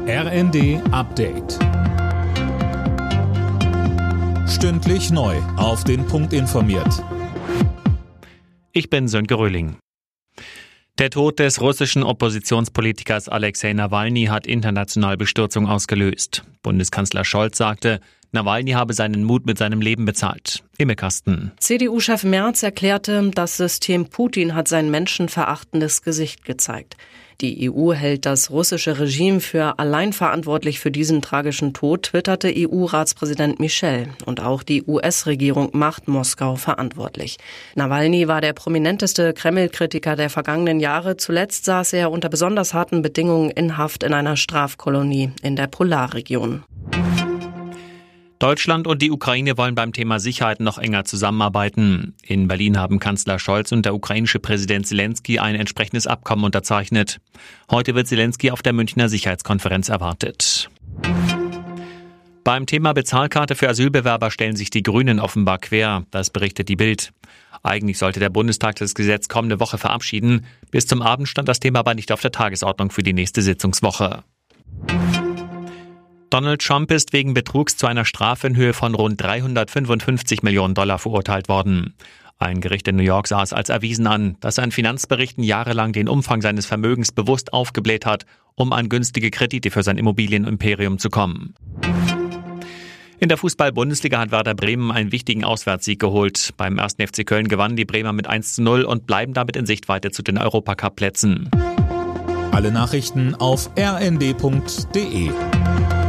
RND Update. Stündlich neu auf den Punkt informiert. Ich bin Sönke Röhling. Der Tod des russischen Oppositionspolitikers Alexei Nawalny hat international Bestürzung ausgelöst. Bundeskanzler Scholz sagte, Nawalny habe seinen Mut mit seinem Leben bezahlt. Imme Kasten. CDU-Chef Merz erklärte, das System Putin hat sein menschenverachtendes Gesicht gezeigt. Die EU hält das russische Regime für allein verantwortlich für diesen tragischen Tod, twitterte EU-Ratspräsident Michel. Und auch die US-Regierung macht Moskau verantwortlich. Nawalny war der prominenteste Kreml-Kritiker der vergangenen Jahre. Zuletzt saß er unter besonders harten Bedingungen in Haft in einer Strafkolonie in der Polarregion. Deutschland und die Ukraine wollen beim Thema Sicherheit noch enger zusammenarbeiten. In Berlin haben Kanzler Scholz und der ukrainische Präsident Zelensky ein entsprechendes Abkommen unterzeichnet. Heute wird Zelensky auf der Münchner Sicherheitskonferenz erwartet. Beim Thema Bezahlkarte für Asylbewerber stellen sich die Grünen offenbar quer. Das berichtet die Bild. Eigentlich sollte der Bundestag das Gesetz kommende Woche verabschieden. Bis zum Abend stand das Thema aber nicht auf der Tagesordnung für die nächste Sitzungswoche. Donald Trump ist wegen Betrugs zu einer Strafe in Höhe von rund $355 Millionen verurteilt worden. Ein Gericht in New York sah es als erwiesen an, dass er in Finanzberichten jahrelang den Umfang seines Vermögens bewusst aufgebläht hat, um an günstige Kredite für sein Immobilienimperium zu kommen. In der Fußball-Bundesliga hat Werder Bremen einen wichtigen Auswärtssieg geholt. Beim 1. FC Köln gewannen die Bremer mit 1:0 und bleiben damit in Sichtweite zu den Europacup-Plätzen. Alle Nachrichten auf rnd.de.